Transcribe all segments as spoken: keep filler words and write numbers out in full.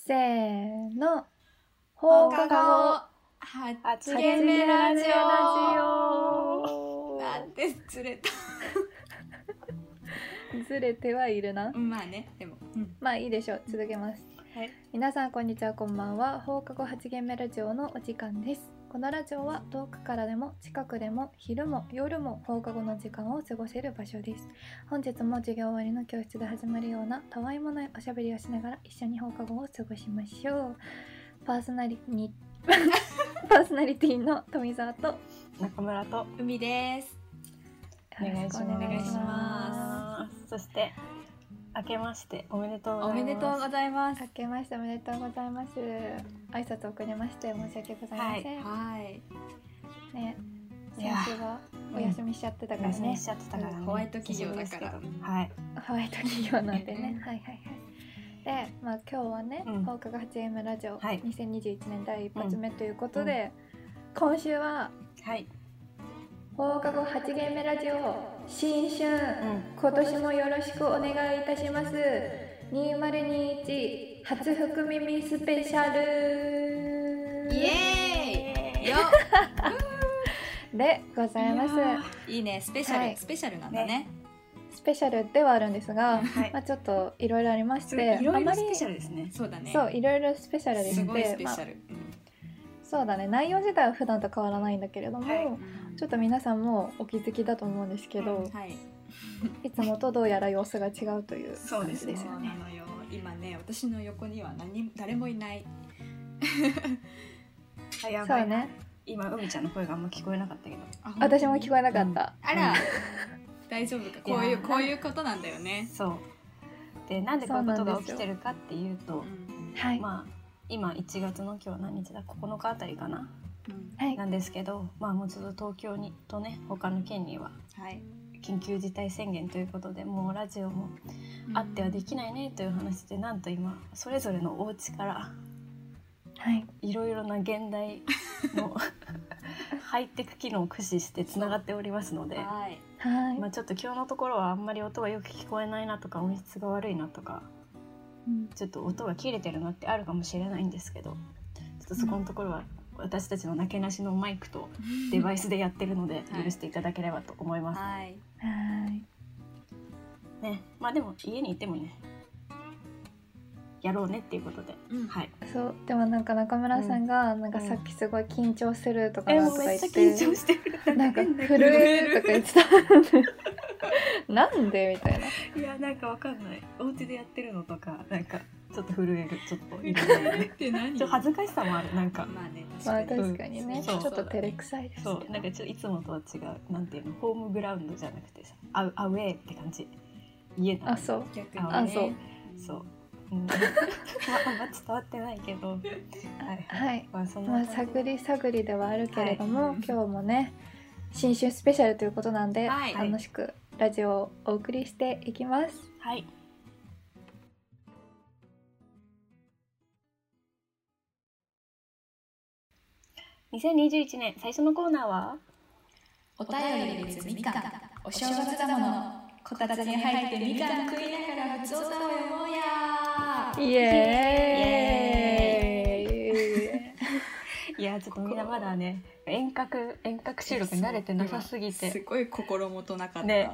せーの、 放課課後後発言目ラジオオなんてずれたずれてはいるな。 まあね、でも、うん、 まあいいでしょう。続けます。 はい、 皆さんこんにちは、こんばんは。放課後発言目ラジオのお時間です。このラジオは遠くからでも近くでも昼も夜も放課後の時間を過ごせる場所です。本日も授業終わりの教室で始まるようなたわいもないおしゃべりをしながら一緒に放課後を過ごしましょう。パーソナリティパーソナリティの富澤と中村と海です。 お願いします。 よろしくお願いします。 そして明けましておめでとうごおざいます。 めでとうございます。 明けましておめでとうございます。挨拶遅れまして申し訳ございません。 はい。 ね、先週はお休みしちゃってたからね。 お休みしちゃってたからね。 ホワイト企業だから。 はい。 ホワイト企業なんでね。はいはいはい。で、まあ今日はね、 うん、 放課後 はちエム ラジオ、はい、にせんにじゅういちねんだい一発目ということで、うん、今週は、 はい、 放課後はち限目ラジオ新春、うん、今年もよろしくお願いいたします。にせんにじゅういち初福耳スペシャルイエーイよでございます。 いいね、スペシャル、はい、スペシャルなんだね。 スペシャルではあるんですが、はい、まあちょっといろいろありまして、 いろいろスペシャルですね。 そうだね。 そう、いろいろスペシャルです。 すごいスペシャル。 まあ、そうだね。内容自体は普段と変わらないんだけれども、はい、ちょっと皆さんもお気づきだと思うんですけど、うん、はい、いつもとどうやら様子が違うという感じですよね。 そうなのよ。今ね、私の横には何誰もいない。 あ、やばい。そうね。今海ちゃんの声があんま聞こえなかったけど、 私も聞こえなかった。 うん、あら。大丈夫か。こういうこういうことなんだよね。 そうで、なんでこういうことが起きてるかっていうと、 はい、 まあ今いちがつの今日何日だ、ここのかあたりかな、 はい、 なんですけど、まあもうちょっと東京にとね、他の県には緊急事態宣言ということで、もうラジオもあってはできないねという話で、なんと今それぞれのお家からいろいろな現代のハイテク機能を駆使してつながっておりますので、はい、まあ、ちょっと今日のところはあんまり音がよく聞こえないなとか、音質が悪いなとか、うん、ちょっと音が切れてるなってあるかもしれないんですけど、ちょっとそこのところは私たちのなけなしのマイクとデバイスでやってるので許していただければと思います。はい、はいね、まあでも家にいてもね、やろうねっていうことで、うん、はい。そうでもなんか中村さんが、うん、なんかさっきすごい緊張するとかなんとか言って、 え、めっちゃ緊張してる、 なんか震えるとか言ってたなんでみたいな。 いや、なんかわかんない、お家でやってるのとか、なんかちょっと震える、ちょっといるねって何？ちょっと恥ずかしさもある、なんか。 まあね、 確かに、まあ、確かにね、ちょっと照れくさいですけど、 そう、なんかちょっといつもとは違う、なんていうの、ホームグラウンドじゃなくてさ、アウ、アウェーって感じ。家の。 あ、そう。 逆にね。あ、そう。そう。うん、まあ、伝わってないけど、はい、 はい、まあ、そのまあ、探り探りではあるけれども、はい、今日もね新春スペシャルということなんで、はい、楽しくラジオをお送りしていきます。 はい。にせんにじゅういちねん最初のコーナーはお便り別みかん、お正月だもの、こたつに入ってみかん食いながらふつおたを読もうや。 イエーイ。いや、ちょっとみんなまだね、遠隔遠隔収録に慣れてなさすぎてすごい心もとなかった、 ね、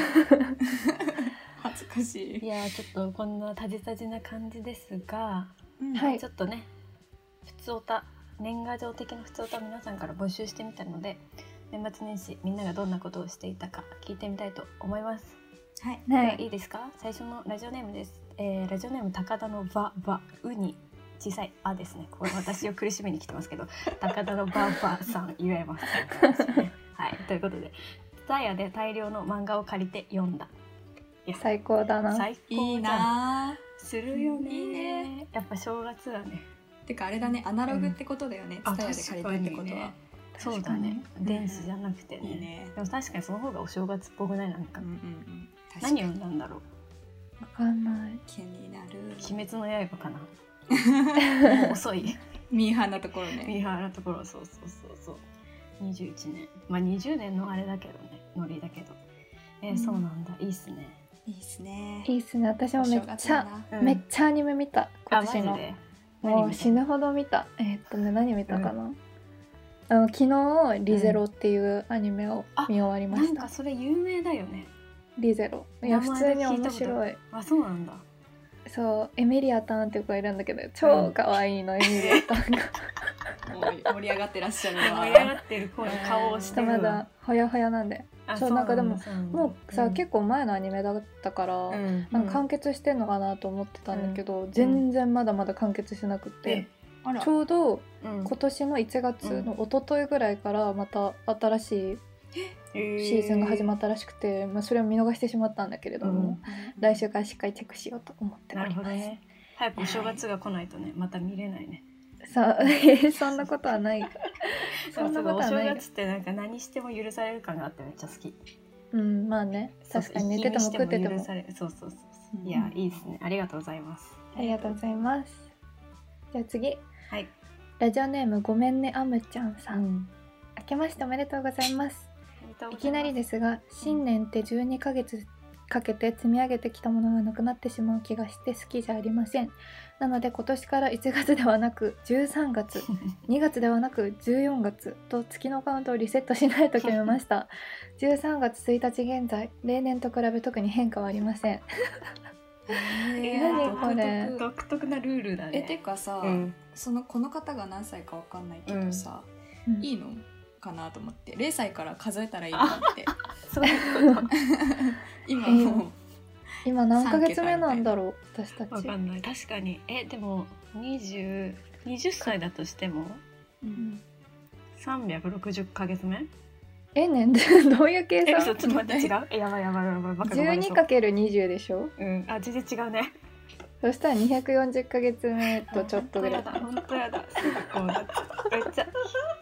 恥ずかしい。 いや、ちょっとこんなタジタジな感じですが、 うん、はい、 ちょっとね、ふつおた、年賀状的なふつおたを皆さんから募集してみたので、年末年始みんながどんなことをしていたか聞いてみたいと思います。 はい、 ではいいですか。最初のラジオネームです。えー、ラジオネーム高田のババウに小さいあですね。これ私を苦しめに来てますけど高田のババさん言えます、ね、はい、ということで、TSUTAYAで大量の漫画を借りて読んだ。 いや、最高だな。 最高じゃん。 いいな、 するよね。 いいね。 やっぱ正月はね。 てかあれだね、アナログってことだよね、TSUTAYA、うん、で借りたってことは。 そうだね、電子じゃなくてね、いいね。でも確かにその方がお正月っぽくない？なんか、うんうんうん、何読んだんだろう。 わかんない。 気になる。 鬼滅の刃かな。もう遅い。 ミーハーなところね。 ミーハーなところ、そうそうそうそう。にじゅういちねん、まあにじゅうねんのあれだけどね、ノリだけど。えーうん、そうなんだ、いいっすね。 いいっすね。 いいっすね。私もめっちゃ、うん、めっちゃアニメ見た今年の。 もう死ぬほど見た。えー、っとね何見たかな、うん、あの昨日リゼロっていうアニメを見終わりました、 うん、なんかそれ有名だよね。 リゼロ。いや普通に面白い。 あ、そうなんだ。 そうエミリアタンっていう子がいるんだけど超可愛いの、うん、エミリアタンが盛り上がってらっしゃるわ。 盛り上がってる子の顔をしてるわ。 まだほやほやなんで。そうなんかでももうさ、うん、結構前のアニメだったから、うん、なんか完結してんのかなと思ってたんだけど、うん、全然まだまだ完結しなくて、うん、ちょうど今年のいちがつの一昨日ぐらいからまた新しいシーズンが始まったらしくて、まあ、それを見逃してしまったんだけれども、うん、来週からしっかりチェックしようと思っております。なるほどね。 早くお正月が来ないとね、また見れないね。 さあそんなことはないそんなことはない。お正月ってなんか何しても許される感があってめっちゃ好き。 うんまあね、確かに寝てても食っててもそうそうそう、うん、いやいいですね。ありがとうございます。 ありがとうございます。じゃあ次、 はい、 ラジオネームごめんねあむちゃんさん、うん、明けましておめでとうございます。いきなりですが新年ってじゅうにかげつかけて積み上げてきたものがなくなってしまう気がして好きじゃありません。なので今年からいちがつではなくじゅうさんがつにがつではなくじゅうよんがつと月のカウントをリセットしないと決めましたじゅうさんがつついたち現在例年と比べ特に変化はありませんえ何これ独特なルールだね。 えてかさ、うん、そのこの方が何歳かわかんないけどさ、うん、いいのかなと思ってれいさいから数えたらいいなってそういうこと今もう今何ヶ月目なんだろう私たち。 わかんない。確かに。えでもにじゅう、はたちだとしても、うん、さんびゃくろくじゅっかげつめえねんどういう計算。 えちょっと待って違うえやばいやばいやばいバカじゅうにかけるにじゅう でしょ。 うんあ全然違うね。 そしたらにひゃくよんじゅっかげつめとちょっとぐらい。 本当やだすぐこうなっちゃうめっちゃ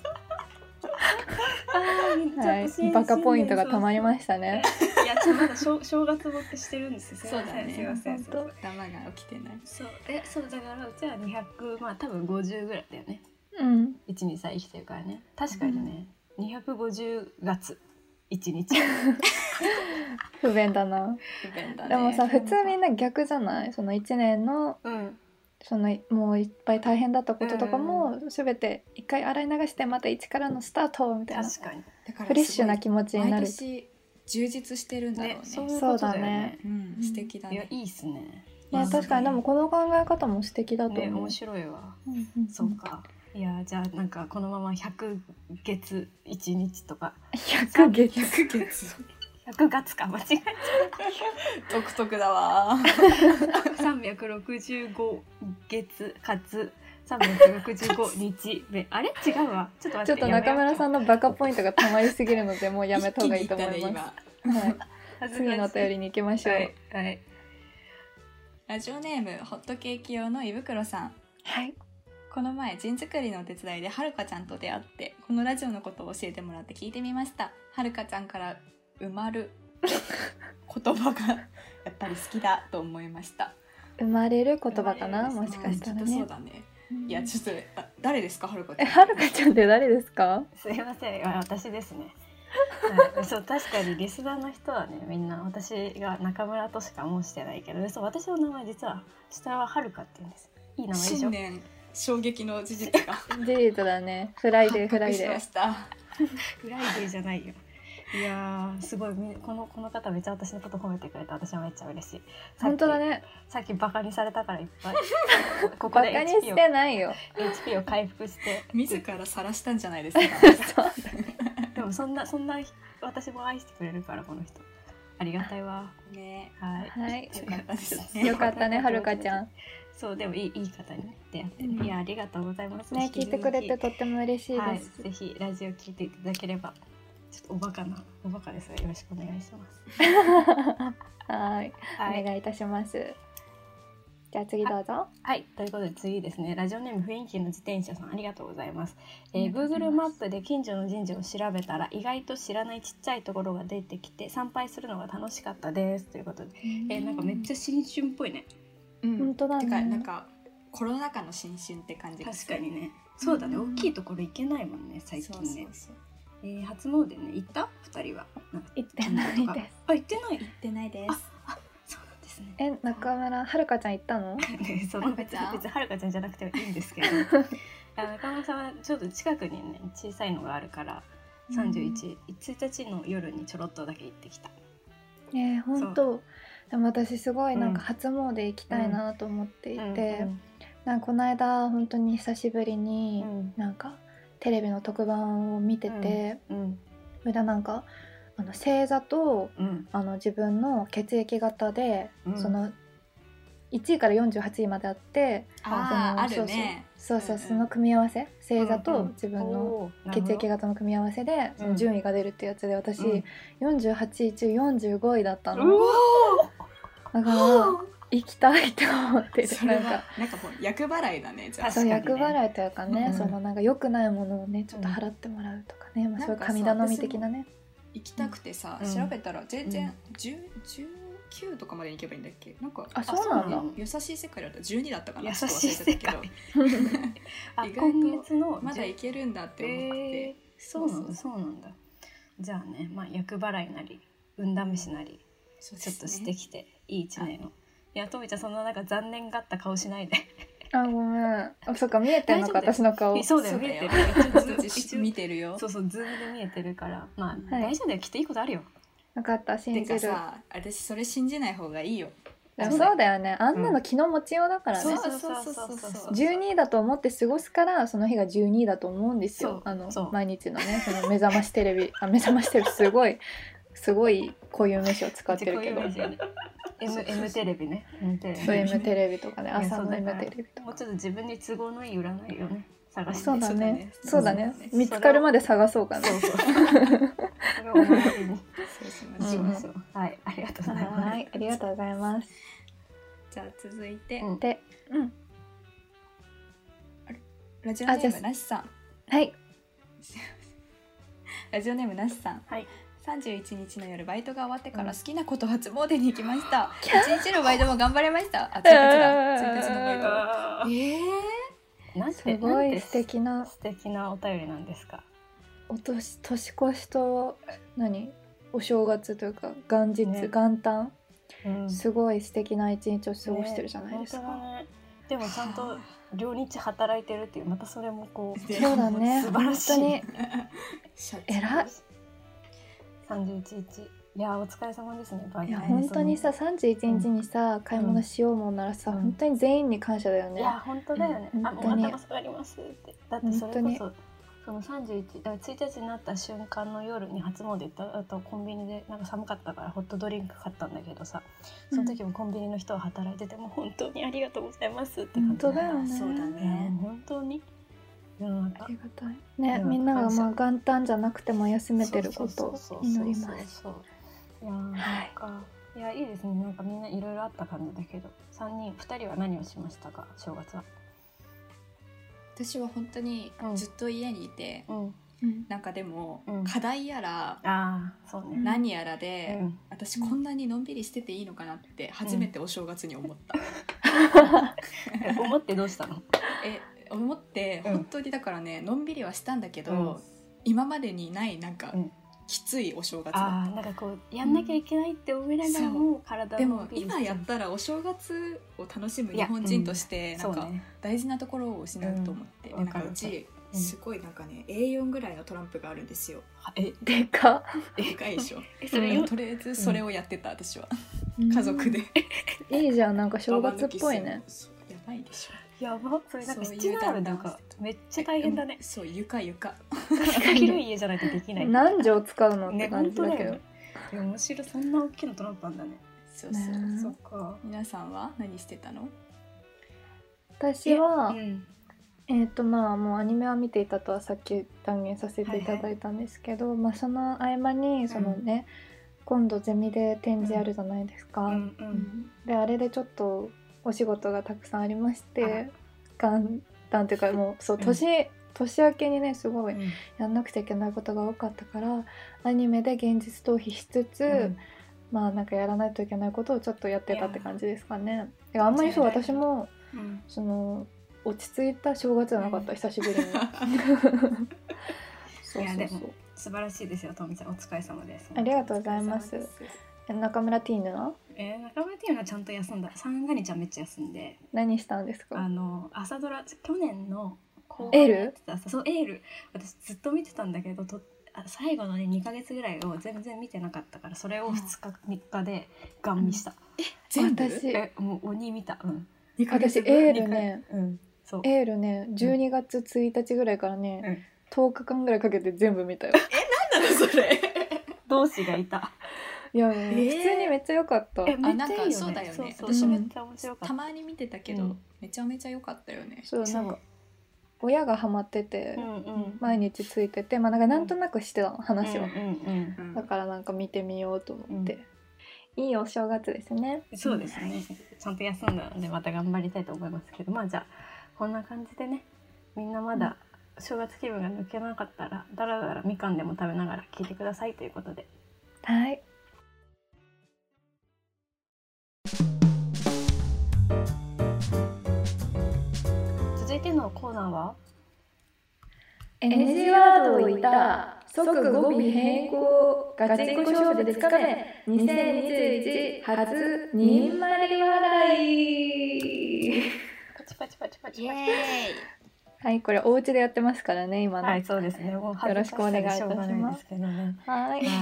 はい、バカポイントがたまりましたね。 いや、ちょまだ正月ボケしてるんですよ。 そうだね。 すいません。 ダマが起きてない。 そう、え、そうだからうちはにひゃく、まあ多分ごじゅうぐらいだよね。 うん。 いち、にさい生きてるからね。確かにね、うん、にひゃくごじゅうがついちにち。 不便だな。 不便だね。 でもさ、普通みんな逆じゃない？そのいちねんの。うん。そのもういっぱい大変だったこととかも全て一回洗い流してまた一からのスタートみたいな。 確かに。 フレッシュな気持ちになる。 毎年充実してるんだろうね。ねそういうことだよね。 うん、素敵だね。 いやいいっすね。 まあ確かにでもこの考え方も素敵だと思う。ね、 面白いわ。うんうん、そうか。いやじゃあなんかこのままひゃくげついちにちとか。 ひゃくげつ。 ひゃくげつ。 ひゃくがつか間違えちゃう独特だわさんびゃくろくじゅうごげつかつさんびゃくろくじゅうごにちめあれ違うわちょっと待って。 ちょっと中村さんのバカポイントがたまりすぎるのでもうやめた方がいいと思います、ね、はい、次のお便りに行きましょう。はい、はい、 ラジオネームホットケーキ用の胃袋さん。 はい。 この前ジン作りのお手伝いではるかちゃんと出会ってこのラジオのことを教えてもらって聞いてみました。はるかちゃんから埋まる言葉がやっぱり好きだと思いました。 生まれる言葉かな、もしかしたらね。 そうだね。いやちょっとあ誰ですかはるかちゃん。 えはるかちゃんって誰ですか。 すいません私ですね。はい、そう確かにリスナーの人はねみんな私が中村としか申してないけど、そう私の名前実は下ははるかって言うんです。いい名前でしょ。 新年衝撃の事実が事実だね。フライデーフライデー。 フライデーじゃないよ。いやすごいこのこの方めっちゃ私のこと褒めてくれて私はめっちゃ嬉しい。 本当だね。 さっきバカにされたからいっぱいここで エイチピー をバカにしてないよ。 エイチピー を回復して自ら晒したんじゃないですかでもそんなそんな私も愛してくれるからこの人ありがたいわね。 はい、はい、 よかったですね。 よかったねはるかちゃん。 そうでもいいいい方に、ね、出会って、ね、うん、いやありがとうございますね。聞いてくれてとっても嬉しいです、はい、 ぜひラジオ聞いていただければちょっとおバカなおバカですがよろしくお願いしますはい、はい、お願いいたします。じゃあ次どうぞ。 はい、ということで次ですね。ラジオネーム雰囲気の自転車さんありがとうございます。えー、Google マップで近所の神社を調べたら意外と知らないちっちゃいところが出てきて参拝するのが楽しかったですということで、えー、なんかめっちゃ新春っぽいね。 うん、本当だね。 てかなんかコロナ禍の新春って感じがする。 確かにね。そうだね。大きいところ行けないもんね最近ね。そうそうそう。えー、初詣ね行った？二人は。 行ってないです。 あ行ってない。 行ってないです。 あ、あそうなんですですね。 え、中村はるかちゃん行ったの？ ね、その別に別にはるかちゃんじゃなくてもいいんですけどあの中村さんはちょっと近くにね小さいのがあるからさんじゅういち、うん、ついたちの夜にちょろっとだけ行ってきた。 ね、本当でも私すごいなんか初詣行きたいなと思っていて、うんうんうん、なんかこの間本当に久しぶりになんかテレビの特番を見てて、うんうん、それでなんかあの星座と、うん、あの自分の血液型で、うん、そのいちいからよんじゅうはちいまであって、 ああるね、 そうそう、うんうん、その組み合わせ、星座と自分の血液型の組み合わせでその順位が出るっていうやつで、私、うん、よんじゅうはちい中よんじゅうごいだったの。だから行きたいって思ってる。 それはなんかなんかもう厄払いだね。じゃあそう、厄払いというかね、うん、そのなんか良くないものをねちょっと払ってもらうとかね、うん、まあ、そういう神頼み的なね。 行きたくてさ、うん、調べたら全然、うん、じゅう、じゅうきゅうとかまで行けばいいんだっけ。なんかあ、そうなんだ。 優しい世界だったらじゅうにだったかな。 優しい世界意外とまだ行けるんだって思って、えー、 そうなんだそうなんだ。じゃあね、まあ厄払いなり運試しなりちょっとしてきていい一年を。いや、とみちゃんそんななんか残念がった顔しないであ、ごめん。あ、そっか、見えてるのか私の顔。 そうだよ、見えてる。 一応見てるよ。 そうそう、ズームで見えてるから、まあ、はい、大丈夫だよ、きっといいことあるよ。 分かった、信じる。 てかさ、私それ信じない方がいいよ。 そうだよね、あんなの気の持ちようだからね。 そうそうそうそうそう。 じゅうにいだと思って過ごすからその日がじゅうにいだと思うんですよ。あの毎日のね、その目覚ましテレビ、あ、目覚ましテレビすごいすごい固有名詞を使ってるけど。 M, M テレビね。M テレビ。 そう M テレビとかね、朝の M テレビとか。 もうちょっと自分に都合のいい占いをね探して。 そうだね。そうだね。見つかるまで探そうかな。そうそう。それをお守りに。そうしましょう。はい、ありがとうございます。 はい、ありがとうございます。 じゃあ続いて、 うん、で、うん。 ラジオネームなしさん。 はい。 ラジオネームなしさん。 はい。 さんじゅういちにちの夜バイトが終わってから好きなこと初詣に行きました。いちにちのバイトも頑張れました。あ、ついたちだ。ついたちのバイト。ええー、なんてすごい素敵な素敵なお便りなんですか。 お年年越しと何お正月というか元日、ね、元旦、うん、すごい素敵な一日を過ごしてるじゃないですか。 ねね、でもちゃんと両日働いてるっていうまたそれもこうそうだね。 素晴らしい。本当に偉い。 さんじゅういちにち、いやお疲れ様ですね。 いや本当にささんじゅういちにちにさ、うん、買い物しようもんならさ、うん、本当に全員に感謝だよね。 いや本当だよね。うん、あ、もう頭下がりますって。だってそれこそそのさんじゅういちだからついたちになった瞬間の夜に初詣行った後コンビニでなんか寒かったからホットドリンク買ったんだけどさ、その時もコンビニの人は働いてても本当にありがとうございますって感じ。 本当だよね。 そうだね。 本当に。 ありがたいね。みんながまあ元旦じゃなくても休めてることを祈ります。 いやなんかいやいいですね。なんかみんないろいろあった感じだけど、さんにんふたりは何をしましたか正月は。 私は本当にずっと家にいて、うん、なんかでも、うん、課題やら、 あそうね、 何やらで、うん、私こんなにのんびりしてていいのかなって初めてお正月に思った、 うん、思ってどうしたの？ え思って本当にだからね、のんびりはしたんだけど、うん、今までにないなんか、うん、きついお正月だった。 あなんかこうやんなきゃいけないって思いながらも、うん、体でも今やったらお正月を楽しむ日本人として、なんか大事なところを失うと思って、なんかうちすごいなんかね エーよん ぐらいのトランプがあるんですよ。 えでかでかいでしょ。それとりあえずそれをやってた、私は家族でいいじゃん、なんか正月っぽいね。 やばいでしょ。 やば、それなんか七があるなんかめっちゃ大変だね。 そう床床広い家じゃないとできない。 何畳使うのって感じだけど、 ね、いやむしろそんな大きなトランプなんだね。 そうそうそう。そっか。皆さんは何してたの？ 私は、うん、えっとまあもうアニメは見ていたとはさっき断言させていただいたんですけど、はいはい、まあその合間にそのね、うん、今度ゼミで展示あるじゃないですか。うんうんうん、であれでちょっとお仕事がたくさんありまして、元旦というかもうそう 年,、うん、年明けにねすごいやんなくちゃいけないことが多かったから、うん、アニメで現実逃避しつつ、うん、まあなんかやらないといけないことをちょっとやってたって感じですかね。いやあんまりそう私も、うん、その落ち着いた正月じゃなかった、うん、久しぶりにそうそうそう。いやでも素晴らしいですよ、とみちゃんお疲れ様です。 ありがとうございます。中村ティーヌのえー、中村ティにはちゃんと休んだ。三が日はめっちゃ休んで、 何したんですか？ あの朝ドラ去年の後エールやってたさ、そうエール私ずっと見てたんだけど、とあ最後のねにかげつぐらいを全然見てなかったから、それをふつかみっかでガン見した。 全部私えもう鬼見た。うん私エールねうんそうエールねじゅうにがつついたちぐらいからね、 うんとおかかんぐらいかけて全部見たよ。 なんなのそれ。 同志がいた。 いや、ねえー普通にめっちゃ良かった。 えめっちゃいいよね。 なんかそうだよねそうそう私もめっちゃ面白かったた。まに見てたけど、 うんめちゃめちゃ良かったよね。 そうそうなんか親がハマってて、 うんうん毎日ついてて、まあなんかなんとなくしてたの話は、 うんうんうんだからなんか見てみようと思って、いいお正月ですね。 うん、そうですね。ちゃんと休んだのでまた頑張りたいと思いますけど、まあじゃあこんな感じでね、みんなまだ正月気分が抜けなかったらだらだらみかんでも食べながら聞いてくださいということで。 はい。 続いてのコーナーはエヌジー ワードを言ったら即語尾変更ガチンコ勝負でつかめにせんにじゅういち初にんまり笑い。 パチパチパチパチイエーイ。 はい、これお家でやってますからね今の。 はいそうですね。もう恥よろしずかしさくお願いいたしでしょうがないまですすけどね。 はい。 はい。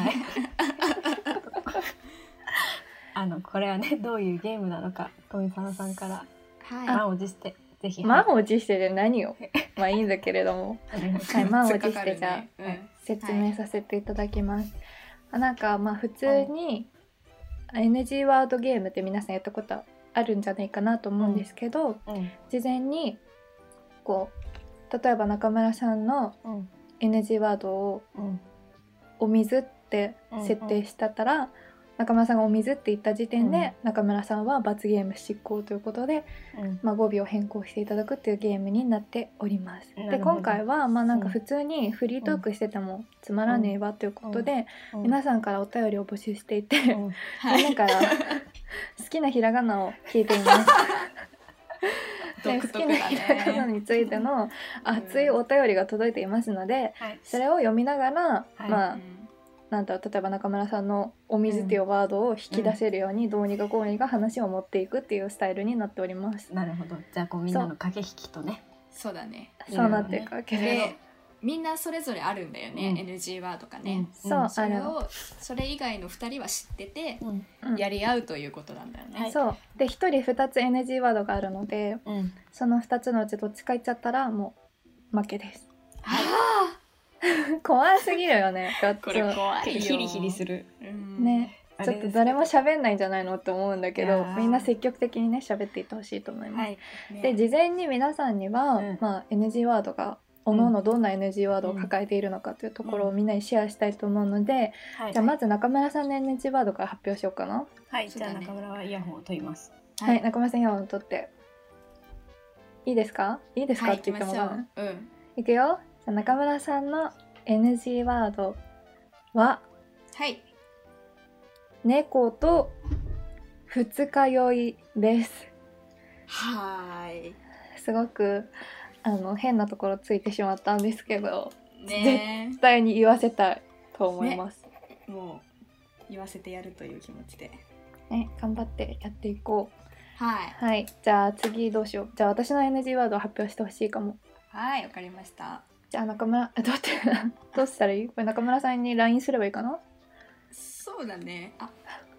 あのこれはねどういうゲームなのか富澤さんからはい。 満を持してぜひ。 満を持してで何をまあいいんだけれども、はい、満を持してじゃあ、 うん説明させていただきます。あなんかまあ普通に エヌジー ワードゲームって皆さんやったことあるんじゃないかなと思うんですけど、 うん事前にこう例えば中村さんのうんエヌジー ワードをうんお水って設定したたら、中村さんがお水って言った時点で、中村さんは罰ゲーム執行ということで、 うんまあ、語尾を変更していただくっていうゲームになっております。でなるほど今回はまあなんか普通にフリートークしててもつまらねえわということで、 うん皆さんからお便りを募集していて、 うんはいみんなから好きなひらがなを聞いています。で好きなひらがなについての熱いお便りが届いていますので、 はいそれを読みながら、 はいまあなんだろう例えば中村さんのお水っていうワードを引き出せるようにどうにかこうにか話を持っていくっていうスタイルになっております。 なるほど。じゃあこうみんなの駆け引きとね。 そうだね。 そうなっていくわけで、 でみんなそれぞれあるんだよね、 うんエヌジー ワードがね、 うんそうそれあをそれ以外のふたりは知っててうんうんやり合うということなんだよね、 はいそうでひとりふたつ エヌジー ワードがあるので、 うん。 そのふたつのうちどっちか言っちゃったらもう負けです。 は怖すぎるよね。ちょっあことれ怖いよ。 ヒリヒリする。 うんねちょっと誰も喋んないんじゃないのって思うんだけど、 いやーみんな積極的にね喋っていってほしいと思います。 はい。 ねで事前に皆さんには、 うんまあ、エヌジー ワードが各々どんな エヌジー ワードを抱えているのかというところをみんなにシェアしたいと思うので、 はい。 じゃあまず中村さんの エヌジー ワードから発表しようかな。 はい。じゃあそうだね中村はイヤホンを取ります。 はい、中村さんイヤホン取っていいですかいいですか、 はい、 って行きましょ言ってもらうう。うん。 いくよ。じゃあ中村さんの エヌジー ワードははい。 猫と二日酔いです。 はーい。 すごくあの変なところついてしまったんですけど、 ね絶対に言わせたいと思います。 え、もう言わせてやるという気持ちで。 ね、頑張ってやっていこう。 はい。 はい、じゃあ次どうしよう。じゃあ私の エヌジー ワードを発表してほしいかも。 はい、わかりました。 じゃあ中村、えどうやってどうしたらいい？これ中村さんに ライン すればいいかな？ そうだね。あ、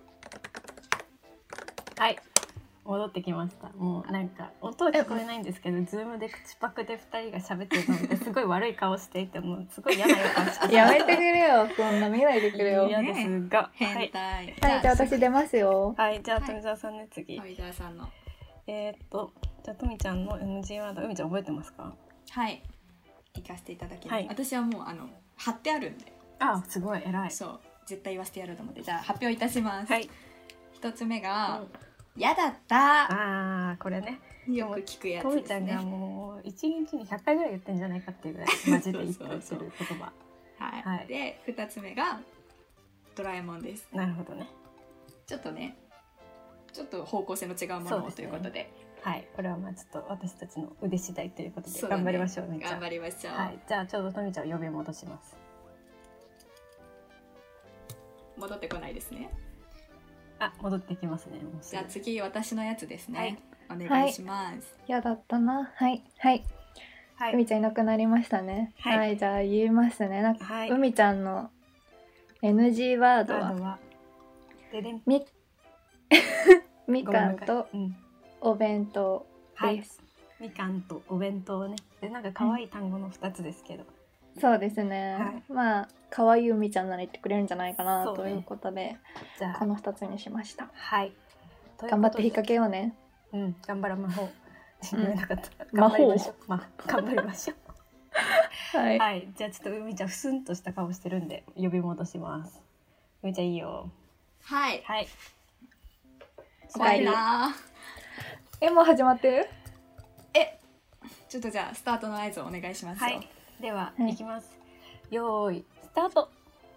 はい。戻ってきました。もうなんか音は聞こえないんですけど、ズームで口パクでふたりが喋ってるのですごい悪い顔していて、もうすごい嫌な予感してやめてくれよ、そんな見ないでくれよ。 嫌ですが、は変い。 態。 はい、じゃあ私出ますよ。 はい、じゃあはい富澤さんね次。 富澤さんの。 えーっとじゃあ富ちゃんの エヌジー ワード、うみちゃん覚えてますか？ はい。行かせていただきます。 はい私はもうあの貼ってあるんで、 あ、すごい偉い。 そう絶対言わせてやると思って、じゃあ発表いたします。 はい。 一つ目がうんやだった。 ああこれね。 よく聞くやつ富ですね。 ちゃんがもう一日にひゃっかいぐらい言ってんじゃないかっていうぐらいマジで言ってるそうそう言葉。 はい。 はいで二つ目がドラえもんです。 なるほどね。 ちょっとね、ちょっと方向性の違うものをということで、 はい、これはまあちょっと私たちの腕次第ということでそうだね頑張りましょう。めっちゃ頑張りましょう。 はい、じゃあちょうど富ちゃんを呼び戻します。 戻ってこないですね。 あ、戻ってきますね。もうすぐじゃあ次私のやつですね、 はい、 お願いします。 やだったな。はいはいはい、 海ちゃんいなくなりましたね。 はいはい、じゃあ言いますね。なんか、 はい、 海ちゃんの エヌジー ワードはワードはででんみみごめんなさいかんとうんお弁当はいで、す。 みかんとお弁当ね。でなんか可愛い単語のふたつですけど、 そうですね。 はいまあ可愛い海ちゃんなら言ってくれるんじゃないかなそうねということで、 じゃあこのふたつにしました。 はい頑張って引っ掛けようね。 うん、頑張ら魔法うん言えなかった魔法頑張りましょう、まあ、頑張りましょうはい。 はい、じゃあちょっと海ちゃんふすんとした顔してるんで呼び戻します。海ちゃんいいよ。 はい、 はい、 怖いな。 え、もう始まってる？ え、ちょっとじゃあスタートの合図をお願いしますよ。 はい、では、 はいいきます。よーいスタート。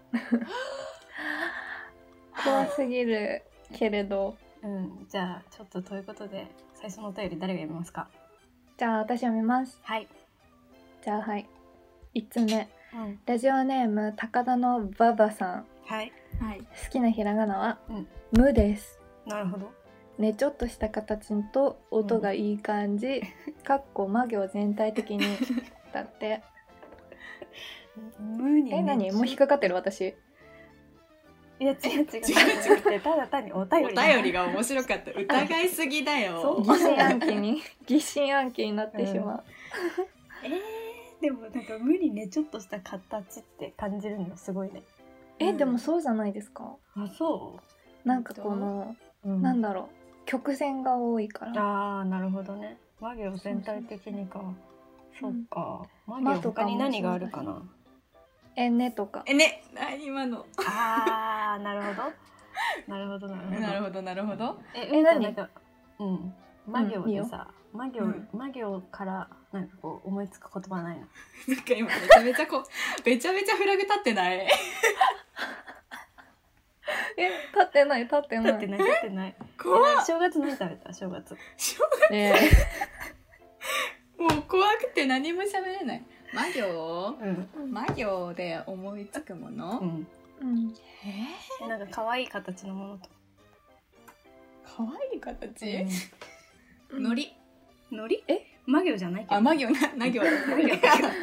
怖すぎるけれど。 うん、じゃあちょっとということで最初のお便り誰が読みますか？ じゃあ私読みます。 はい、 じゃあはい。いっつめ。 うん、 ラジオネーム高田のババさん。 はい、 はい、 好きなひらがなは、 うん無です。 なるほど。 ね、ちょっとした形と音がいい感じ、かっこ魔行全体的にだって。 無にねえ、何もう引っかかってる私。 いや違う違う違う違うただ単にお便おり便りが面白かった。疑いすぎだよ。 そう疑心暗鬼に疑心暗鬼になってしまう。 えー、でもなんか無にねちょっとした形って感じるのすごいね。 え、でもそうじゃないですか。 あ、そなんかこの、 う、うん、 なんだろう、曲線が多いから。 ああなるほどね。魔行全体的にか。そっか。魔ま行他に何があるかな。 え、ねとか。 えね、何今の。 ああなるほど。なるほどなるほど。 なるほどなるほど。 え、 え何なんかうん魔行うんいいよでさ、魔行、 うん魔行からなんかこう思いつく言葉ないの？ なんか今めちゃめちゃこうめちゃめちゃフラグ立ってない？ え、立ってない立ってない。 立ってない立ってない。 怖っ。 正月何食べた？正月。 ねもう怖くて何も喋れない。魔行？ うん魔行で思いつくもの？ うん。 え。うん。 えなんか可愛い形のものと。 ー、可愛い形？ うんのり？ のり？ え？ 魔行じゃないけど。 あ、魔行な、魔行だ。 魔行だけど。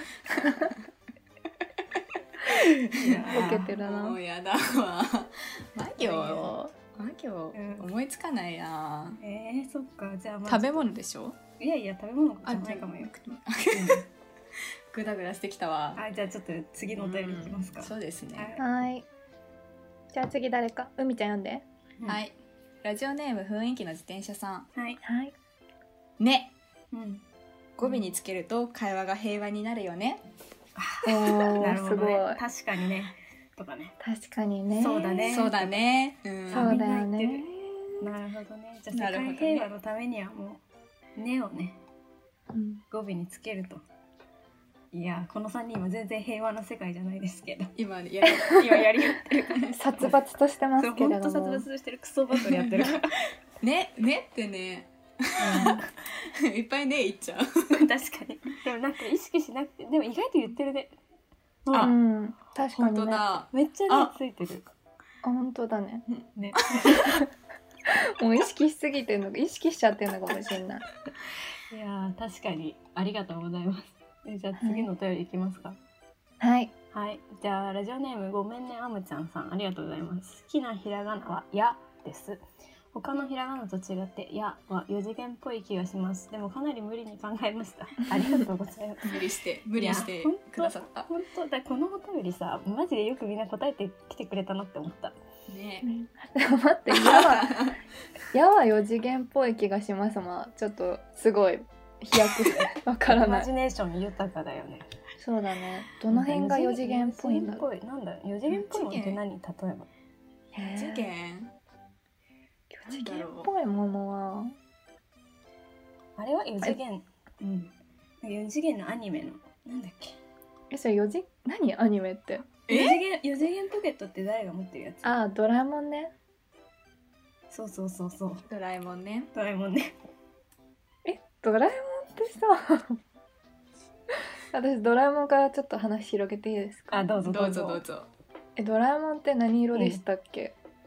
いやボケてるな。 もうやだわ。魔行？魔行、 うん思いつかないな。 えー、そっか。じゃあ、まあ、 食べ物でしょ？ いやいや食べ物じあ、 ゃないかもよ。 グダグダしてきたわ。 はい、じゃあちょっと次のお便りいきますか。 うんそうですね。 はい。じゃあ次誰か。海ちゃん読んで。 はいい。ラジオネーム雰囲気の自転車さん。 はい。 はい。 ね。 うん。 語尾につけると会話が平和になるよね。 おなー、すごいるほどね。。確かにね。とかね。 確かにね。 そうだねそうだね。うん。 そうだよみんな言ってね。 なるほどね。じゃあ世なるほどね界平和のためにはもうねをねうん。 語尾につけると。いやこのさんにんは全然平和な世界じゃないですけど。 今やる。 今やり合ってるから。 殺伐としてますそうけれども。 本当殺伐としてるクソバトルやってるから。 ね、ねってね。いっぱいね言っちゃう。 確かに。でもなんか意識しなくて、でも意外と言ってるね。 あうん。確か本にね。あ、 当だ。 めっちゃねあついてる。 本当だね。 ね。 もう意識しすぎてるのか、意識しちゃってるのかもしれない。 いやー確かにありがとうございます。えじゃあ次のお便りいきますか。 はい。 はい。じゃあラジオネームごめんねあむちゃんさんありがとうございます。好きなひらがなはやです。他のひらがなと違ってやはよ次元っぽい気がします。でもかなり無理に考えました。ありがとうございます。 無理して無理してくださった。 本当だこのお便りさマジでよくみんな答えてきてくれたなって思った。 ね。 でも待って、やは、やはよ次元っぽい気がしますもん。ちょっとすごい飛躍わからないイマジ。ネーション豊かだよね。 そうだね。どの辺がよ次元っぽいんだろう。 よ次元っぽいなんだよ次元っぽいのって何例えば。 へー次元。 よ次元っぽいものは、 あれはよ次元。うん。よ次元のアニメのなんだっけ。 え、それよ次、何アニメって。 よえ次元よ次元ポケットって誰が持ってるやつ。 あー、ドラえもんね。 そうそうそうそう。 ドラえもんね。 ドラえもんね。 え、ドラえもんってさ、私ドラえもんからちょっと話広げていいですか？ あどうぞどうぞどうぞ。 え、ドラえもんって何色でしたっけ？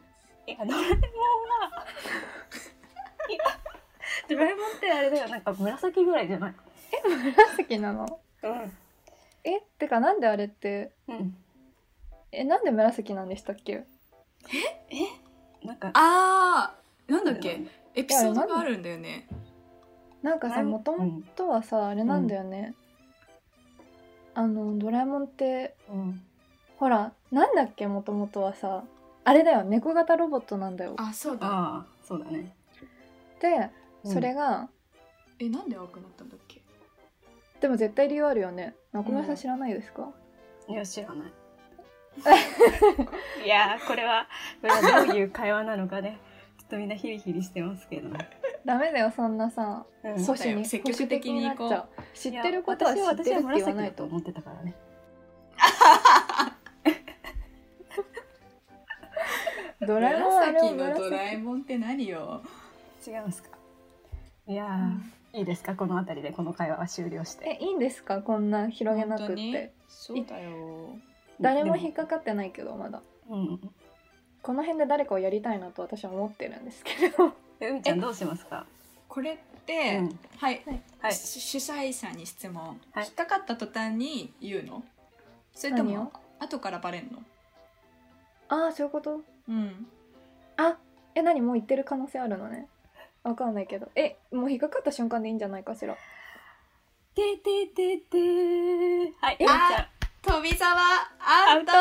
いやドラえもんはドラえもんってあれだよ、なんか紫ぐらいじゃない？ え紫なの？ うんえってかなんであれってうんえなんで紫なんでしたっけ？ えなんかあーなんだっけなんだろうねエピソードがあるんだよね。 なんかさうんもともとはさあれなんだよね、あのドラえもんってうんほらなんだっけもともとはさあれだよ猫型ロボットなんだよ。 あそうだ。 ああそうだね。 でうんそれが、 えなんで赤くなったんだっけ？ でも絶対理由あるよね。中村さうんん知らないですか？ いや知らないいやーこれはこれはどういう会話なのかねちょっとみんなヒリヒリしてますけどね、 ダメだよそんなさうん阻止に積極的に行こう保守的になっちゃう。知ってることは知ってるって言わない私は紫だとと。 思ってたからね。 ドラえもんはあれを紫のドラえもんって何よ。 違いますか？いやー、いいですかこの辺りでこの会話は終了して。 えいいんですかこんな広げなくっ本当にて。 そうだよ。 誰もで引っかかってないけどまだうんこの辺で誰かをやりたいなと私は思ってるんですけれどえうみちゃんどうしますか？ これって、 うんはい、 はいし主催者に質問、 はい引っかかった途端に言うの？それとも何を後からバレんの？ ああそういうこと？ うん。 あえ何もう言ってる可能性あるのね。わかんないけどえもう引っかかった瞬間でいいんじゃないかしら。 ててててーはい、えうみちあゃん富澤アウト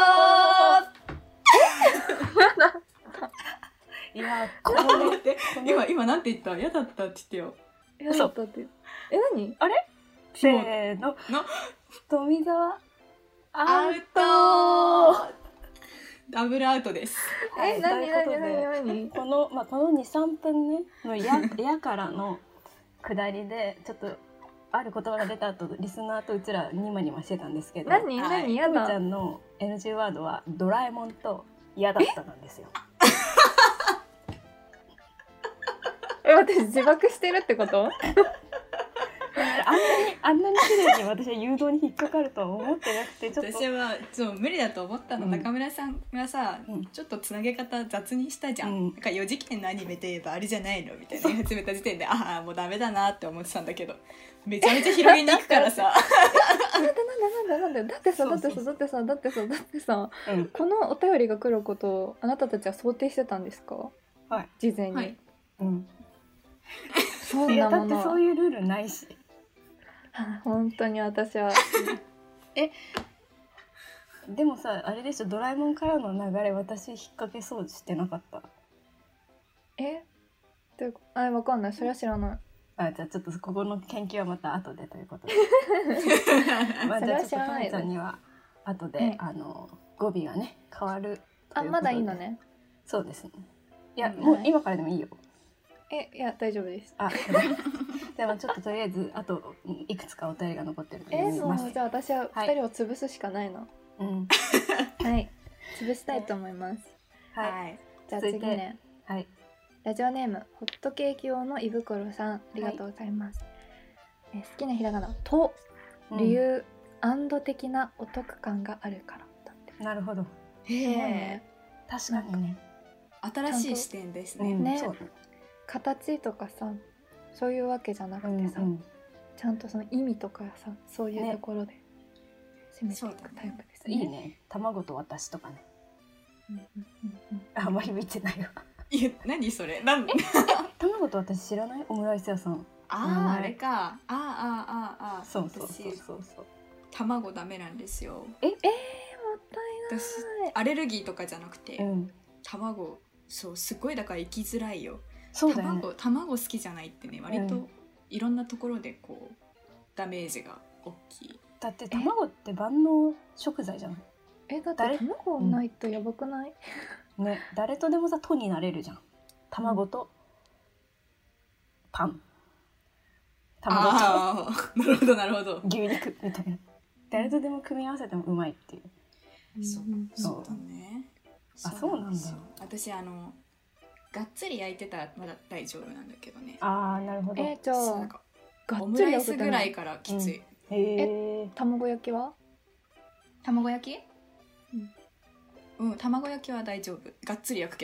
いやこーの待って今今なんて言った？嫌だったって言ってよ。 えだったってえ何せーのの富澤アウアウトトダブルアウトです。 え何ということ何で何何この、まあ、このにさんぷんねのややからの下りでちょっとある言葉が出た後リスナーとうちらニマニマしてたんですけど何はい何やとみちゃだんの エヌジー ワードはドラえもんと嫌だったなんですよ。 え私自爆してるってこと？ あんなにあんなに綺麗に私は誘導に引っかかるとは思ってなくてちょっと私はそう無理だと思ったの、 うん中村さんがさ、 うんちょっとつなげ方雑にしたじゃん、 うんなんかよじきんのアニメといえばあれじゃないのみたいな言い始めた時点でああもうダメだなって思ってたんだけどめちゃめちゃ広げに行くからさなんでなんでなんでなんでだってさだってそうそうさだってさだってさだってさうんこのお便りが来ることをあなたたちは想定してたんですか？ はい事前に、 はいうんそんいやだってなものはそういうルールないし本当に私はでもさあれでしょドラえもんからの流れ私引っ掛けそうしてなかった？ えであわかんないそれは知らない。 あじゃあちょっとここの研究はまた後でということでまあそれはじゃあちょっと知らないですとみちゃんには後で、 うんあの語尾がね変わるということであまだいいのね。 そうですねいや、 うんもう今からでもいいよ。 えいや大丈夫です。 あでもちょっととりあえずあといくつかお便りが残ってるのでえも読みます。 うじゃあ私ははいふたりを潰すしかないの。 うんはい潰したいと思います。 はいはいじゃあ続いて次ねはいラジオネームホットケーキ用の胃袋さんありがとうございます。え好きなひらがなと理由、アンド的なお得感があるからだって。 うんなるほどへすごいえね確かにね。 新しい視点ですね、 うんねそう形とかさそういうわけじゃなくてさ、 うんうんちゃんとその意味とかさそういうところで締めていくタイプですね。 いいね卵と私とかねうんうんうんうんあんまり見てないわいや何それなん卵と私知らないオムライス屋さん。 あああれかああああああそうそうそう私そうそう卵ダメなんですよ。 えー、もったい私ない。 アレルギーとかじゃなくて、 うん卵そうすごいだから生きづらいよ。 そうだよね卵卵好きじゃないってね割とうんいろんなところでこうダメージが大きい。 だって卵って万能食材じゃないえだって誰卵ないとやばくない？ ね誰とでもさとになれるじゃん卵とパン卵とああなるほどなるほど。 牛肉みたいな誰とでも組み合わせてもうまいっていうそううんそうだね。 あそうなんだですよ私あのがっつり焼いてたらまだ大丈夫なんだけどね。 あーなるほどえじゃあそうなんかがオっつり焼ムライスくためぐらいからきつい。 へえ卵焼きは？ 卵焼き？うん、卵焼きは大丈夫。がっつり焼くけど。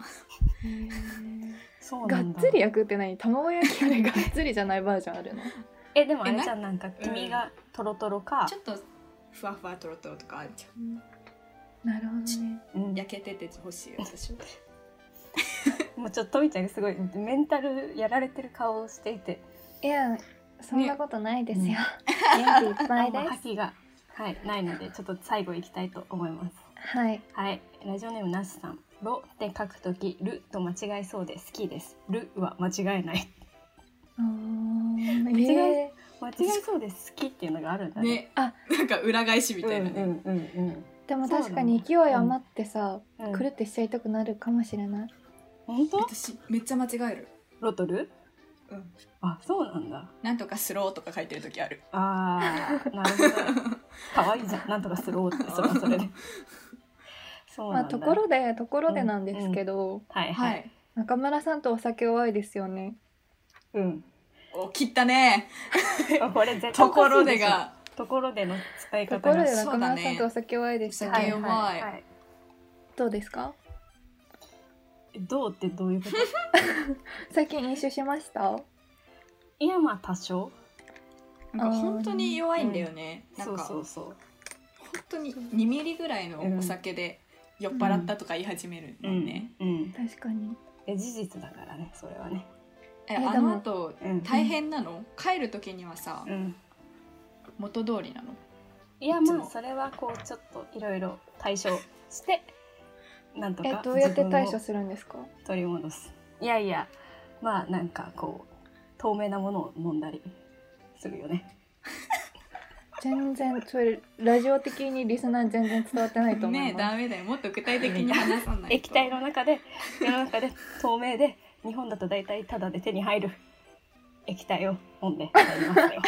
そうなんだ。 がっつり焼くって何？卵焼きよりがっつりじゃないバージョンあるの？ えでもあれじゃん、なんか黄身がトロトロか、 ちょっとふわふわトロトロとかあるじゃん、 うん、なるほどね、 うん、 焼けてて欲しい私もうちょっとみちゃんがすごいメンタルやられてる顔をしていて、 いやそんなことないですよ、 ね元気いっぱいあんまです。 覇気が、はい、ないのでちょっと最後いきたいと思います。 はいはい、ラジオネームなしさん。ロって書くときルと間違えそうで好きです。ルは間違えない。 うーん、 間違ええ間違えそうで好きっていうのがあるんだね。 ね、 あなんか裏返しみうんたいなね、 うんうんうん。 ー、でも確かに勢い余ってさ、 うんくるってしちゃいたくなるかもしれない。 本当？ 私めっちゃ間違える。 ロとル？ うん、 あ、そうなんだ。 なんとかスローとか書いてる時ある。 あー、なるほど。可愛いじゃん。なんとかスローってそれはそれで。そうまあなんだ。 ところでところでなんですけど、 はいは。 はいい、 中村さんとお酒多いですよね。 うん。 お切ったね。 これ絶対ところで欲しいしょ。 がところでの使いと方が。 ころで中そうだね村さんとお酒多いですよね。 お酒弱いはいはいどうですか？ どうってどういうこと？ 最近飲酒しました？ いやまあ多少。 なんか本当に弱いんだよね、 うん、 なんかそうそうそう。 本当ににミリぐらいのお酒で酔っ払ったとか言い始めるもんね、 うんうん、 確かに。 え事実だからねそれはね。 ええあの後うん大変なの？帰る時にはさ、 うん、 元通りなの？ いやいつもまあそれはこうちょっといろいろ対処してなんとかえどうやって対処自分をするんですか？ 取り戻す。いやいやまあなんかこう透明なものを飲んだりするよね。 全然それラジオ的にリスナー全然伝わってないと思います。 ねえダメだよ、もっと具体的に話さないと。 液体の中で世の中で透明で日本だと大体タダで手に入る液体を飲んでやりますよ。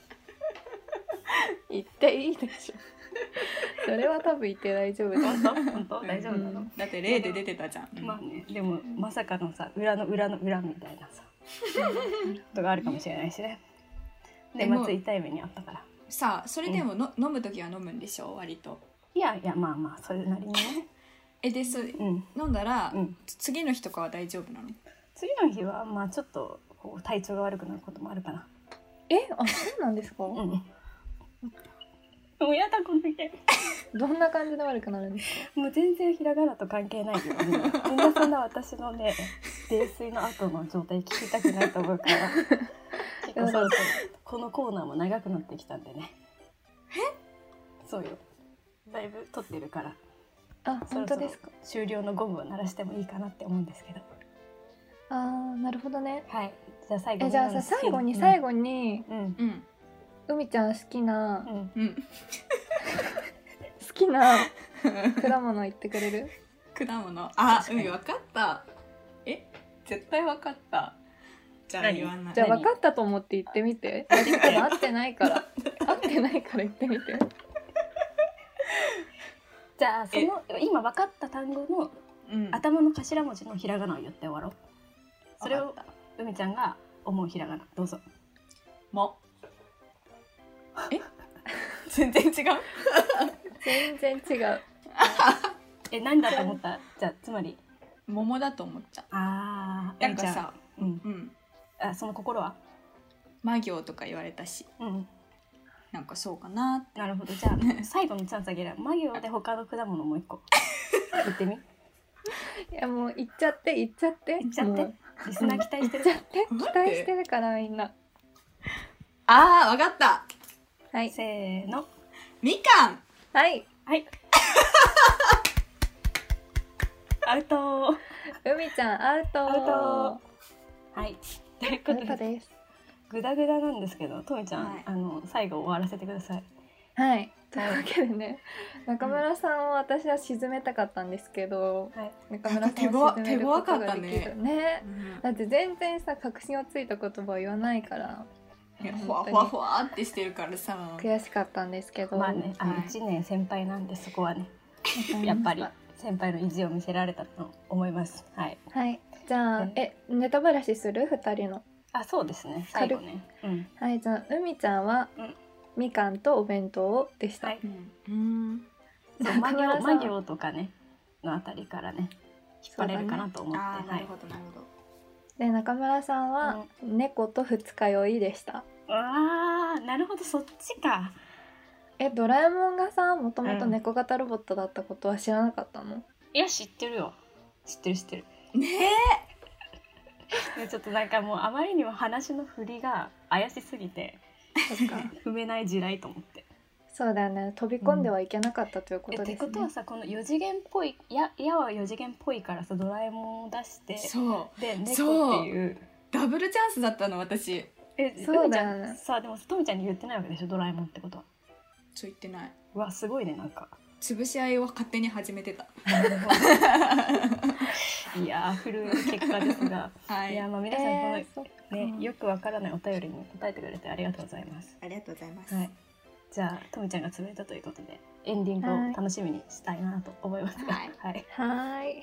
言っていいでしょ。それは多分言って大丈夫です。 本当本当大丈夫なの？ だって例で出てたじゃん、 まあねでもまさかのさ裏の裏の裏みたいなさことがあるかもしれないしね。 でも年末痛い目にあったから。 さあそれでもの、飲む時は飲むんでしょ割と。 いやいやまあまあそれなりにね。 えでそれうん飲んだら、 うん。 次の日とかは大丈夫なの？ 次の日はまあちょっとこう体調が悪くなることもあるかな。 え、あ、そうなんですか？ うん。もうやだこの件。 どんな感じで悪くなるんですか？ もう全然ひらがなと関係ないよ。みんなみんなそんな私のね泥酔の後の状態聞きたくないと思うから。結構そろそろこのコーナーも長くなってきたんでね。え？そうよ。だいぶ撮ってるから。 あ、本当ですか？ 終了のゴムを鳴らしてもいいかなって思うんですけど。 あー、なるほどね。 はい。じゃあ最後え、じゃあさ、最後に最後に、 うんうん海ちゃん好きな、 うんうん好きな果物言ってくれる？ 果物あ確かにうん分かった。え絶対分かった。じゃあ何言わない。 じゃあ分かったと思って言ってみて。多分合ってないから合ってないから言ってみて。 じゃあその今分かった単語のうん頭の頭文字のひらがなを言って終わろう。それを分かった梅ちゃんが思うひらがなどうぞ。 もえ全然違う。 全然違う。 え何だと思った？じゃあつまり桃だと思っちゃう。 あーなんかさ、 うんうんあその心は魔行とか言われたし、 うんなんかそうかなって。 なるほど。じゃあ最後のチャンスあげる。マ行で他の果物もう一個言ってみ。 いやもう言っちゃって言っちゃって言っちゃってもうリスナー期待してる言っちゃって期待って待してるからみんな。 あー分かった。 はいせーのみかん。 はいはいアウト海ちゃんアウトアウトはいというこアウとでトです。 グダグダなんですけどとみちゃん、 はいあの最後終わらせてください。 はいというわけでね、中村さんを私は沈めたかったんですけど、 はい中村さんを沈めることができる手強かったねね。 うんだって全然さ確信をついた言葉を言わないからねほわほわほわってしてるからさ。 悔しかったんですけど、 まあねあのはいいちねん先輩なんでそこはねやっぱり先輩の意地を見せられたと思います。はいはいじゃあええネタバラシするふたりの。 あそうですね最後ねうんはいじゃあ海ちゃんは、 うんみかんとお弁当でした、 はいうんうんそう魔中村さん行魔行とかねのあたりからね引っ張れるかなと思って、 あーはないるほどなるほど。 で中村さんは猫と二日酔いでした。 あーなるほど、そっちか。 えドラえもんがさもともと猫型ロボットだったことは知らなかったの？ いや知ってるよ、知ってる知ってるねでちょっとなんかもうあまりにも話の振りが怪しすぎてそっか踏めない地雷と思って。 そうだよね、飛び込んではいけなかったということえですね。 ってことはさ、このよ次元っぽい、ややはよ次元っぽいからさ、ドラえもんを出してそうで猫そうっていうダブルチャンスだったの私。 えそうだよねうみちゃんさあでもとみちゃんに言ってないわけでしょ、ドラえもんってことは。 ちょ言ってない。 うわすごいね、なんか潰し合いを勝手に始めてた。 いやー振る結果ですが、 はい、 いやまあ皆さんこの、 えーそっかね、よくわからないお便りに答えてくれてありがとうございます。 ありがとうございます。 はいじゃあとみちゃんが潰れたということでエンディングを楽しみにしたいなと思いますが、 はいはいはーい。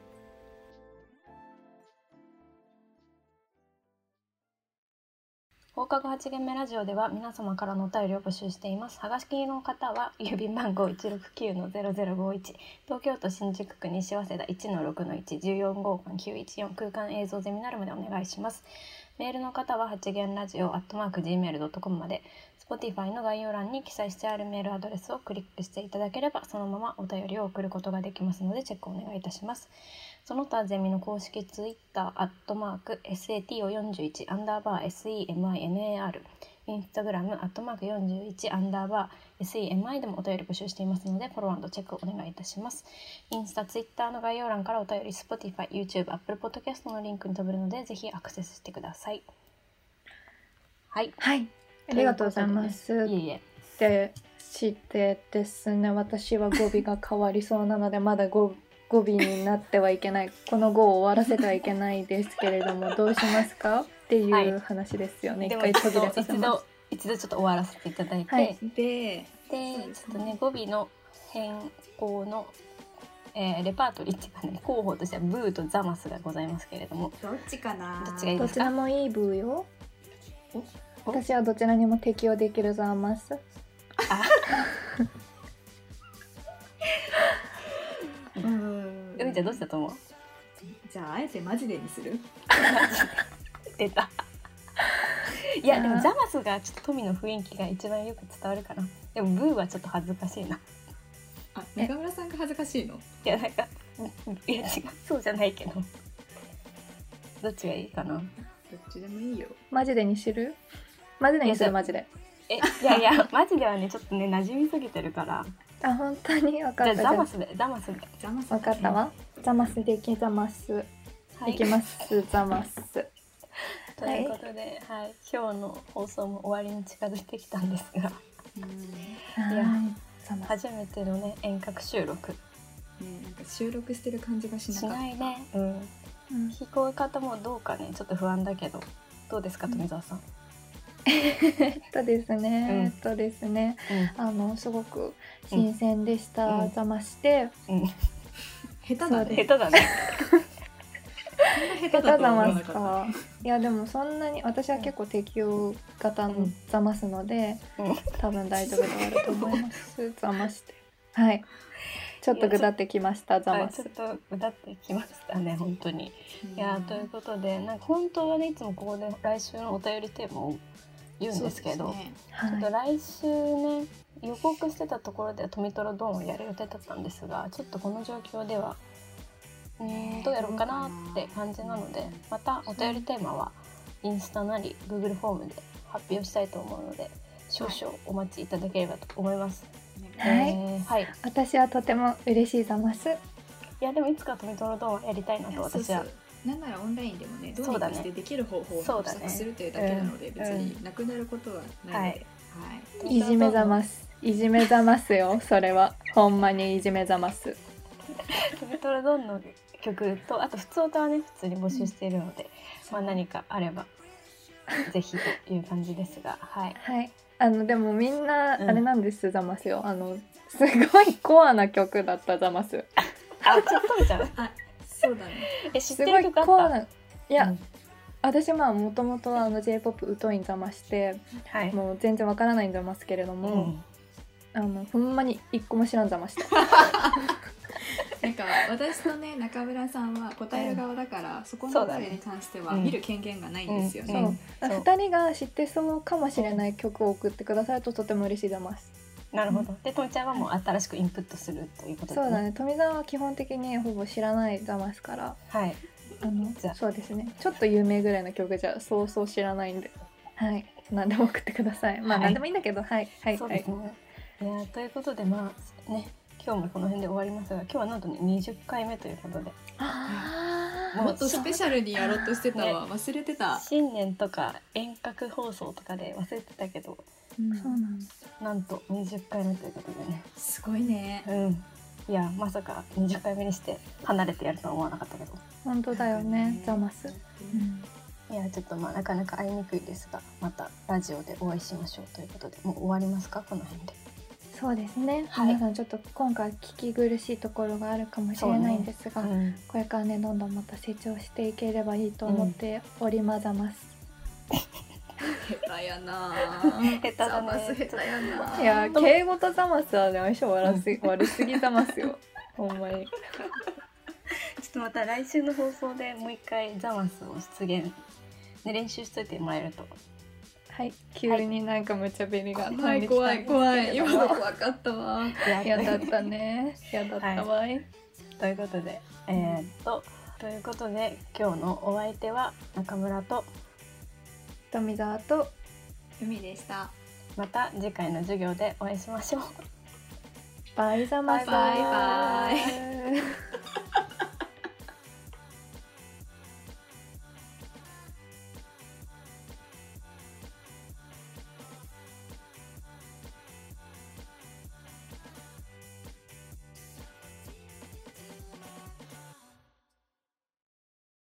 放課後はち限目ラジオでは皆様からのお便りを募集しています。はがしきの方は郵便番号 いちろくきゅうのゼロゼロごいち、東京都新宿区西早稲田 いちのろくのいち いちよんごうきゅういちよん空間映像ゼミナルまでお願いします。メールの方ははち限ラジオアットマーク ジーメールドットコム まで、 Spotify の概要欄に記載してあるメールアドレスをクリックしていただければそのままお便りを送ることができますのでチェックお願いいたします。その他ゼミの公式ツイッターアットマーク エスエーティーオーよんじゅういち アンダーバー エスイーエムアイエヌエーアール、 インスタグラムアットマークよんじゅういちアンダーバー エスイーエムアイ でもお便り募集していますのでフォロー&チェックお願いいたします。インスタ、ツイッターの概要欄からお便り、 Spotify、YouTube、Apple Podcast のリンクに飛べるのでぜひアクセスしてください。はいはいありがとうございます。 いえいえでしてですね、私は語尾が変わりそうなのでまだ語語尾になってはいけない、この語を終わらせてはいけないですけれどもどうしますかっていう話ですよね。 で一も一度回途切れさせ一ます。 度一度ちょっと終わらせていただいて、 はいででそうですねちょっとね語尾の変更の、えーレパートリーっていうかね候補としてはブーとザマスがございますけれども、 どっちかな。 どっちがいいどちらもいいブーよ。 お私はどちらにも適用できるザマス。 あうんうみちゃんどうしたと思う？ じゃああえてマジでにする。 出たいやでもあーザマスがちょっと富の雰囲気が一番よく伝わるかな。でもブーはちょっと恥ずかしいな。 あ、中村さんが恥ずかしいの？ いやなんかいや違うそうじゃないけどどっちがいいかな。 どっちでもいいよ。 マジでにする？マジでにすいやるマジで。 えいやいやマジではねちょっとね馴染みすぎてるからあ本当に分かじゃあった。 ザマスでザマスでザマス分かったわ。ザマスできザマス。 はいいきますザマス。 ということで、はい、今日の放送も終わりに近づいてきたんですがうんいやはいザマス。 初めてのね遠隔収録ね、なんか収録してる感じがしなしかった。 ないね、うん、 うん聞こえ方もどうかねちょっと不安だけどどうですか富澤さん、 えっとですね、 うんえっとですねうんあのすごく新鮮でした、 うんざましてうん、 下手だそうね。 下手だね下手だと下手ざま思わなかっすか。いやでもそんなに私は結構適応型のうんざますので、 うん多分大丈夫であると思いますざましてはいちょっとぐだってきましたざますはいちょっとうだってきましたね本当に。 た。 いやということでなんか本当はねいつもここで来週のお便りテーマを言うんですけどそうですねちょっとはい来週ね予告してたところでは富トロドーンをやる予定だったんですがちょっとこの状況ではうーんどうやろうかなって感じなのでまたお便りテーマはインスタなり Google フォームで発表したいと思うので少々お待ちいただければと思います。 はいえーはい、 私はとても嬉しいざますいやでもいつか富トロドーンはやりたいなと私はそうそうなんならオンラインでもねどうそうだねにかしてできる方法をそうだね模索するというだけなので、 うん別になくなることはないので、はいいじめざますいじめざますよそれはほんまにいじめざます富トロドーンの曲とあと普通歌はね普通に募集しているので、まあ、何かあればぜひという感じですがはいはいあのでもみんなあうんれなんですざますよあのすごいコアな曲だったざますあちょっとみちゃんあそうだねえ知っすごいてる曲あったコアないや、 うん私まあもともとあの J-ポップ 疎いんざましてはいもう全然わからないんざますけれども、 うんあのほんまに一個も知らんざましたなんか私とね中村さんは答える側だから、うん、そこの声に関しては見る権限がないんですよね、 うんうん、そうふたりが知ってそうかもしれない曲を送ってくださるととても嬉しいざます。 なるほど。で、とみちゃんはもう新しくインプットするということですね。 そうだね。富澤は基本的にほぼ知らないざますから。 はい。 あのじゃそうですね。ちょっと有名ぐらいの曲じゃそうそう知らないんで、はい。何でも送ってください。まあ、はい、何でもいいんだけど、はいはいそうですね。はい、いやということでまあね今日もこの辺で終わりますが、今日はなんとねにじゅっかいめということで。 ああ。もっとスペシャルにやろうとしてたわ。ね、忘れてた。 新年とか遠隔放送とかで忘れてたけど。 うん、そうなんです。 なんとにじゅっかいめということでね。 すごいね。 うん。いやまさかにじゅっかいめにして離れてやるとは思わなかったけど。 本当だよね。ザマス。うん、 いやちょっとまあなかなか会いにくいですが、またラジオでお会いしましょうということで、もう終わりますかこの辺で。 そうですね。はい、皆さんちょっと今回聞き苦しいところがあるかもしれないんですが、ねうん、これからねどんどんまた成長していければいいと思っておりまざます。 下手やな下手だね。 下手やな。 いや敬語とザマスはね相性悪すぎ悪すぎざますよ。ほんまに。 ちょっとまた来週の放送でもう一回ザマスを出現で練習しといてもらえると。 はい、急になんか無茶べりが飛んできたんですけど、怖い怖い今の怖かったわ。 やだったね。やだったわい、はい。 ということで、えー、っとということで今日のお相手は中村と富澤と海でした。 また次回の授業でお会いしましょう。 バイザマス。 バイバイ。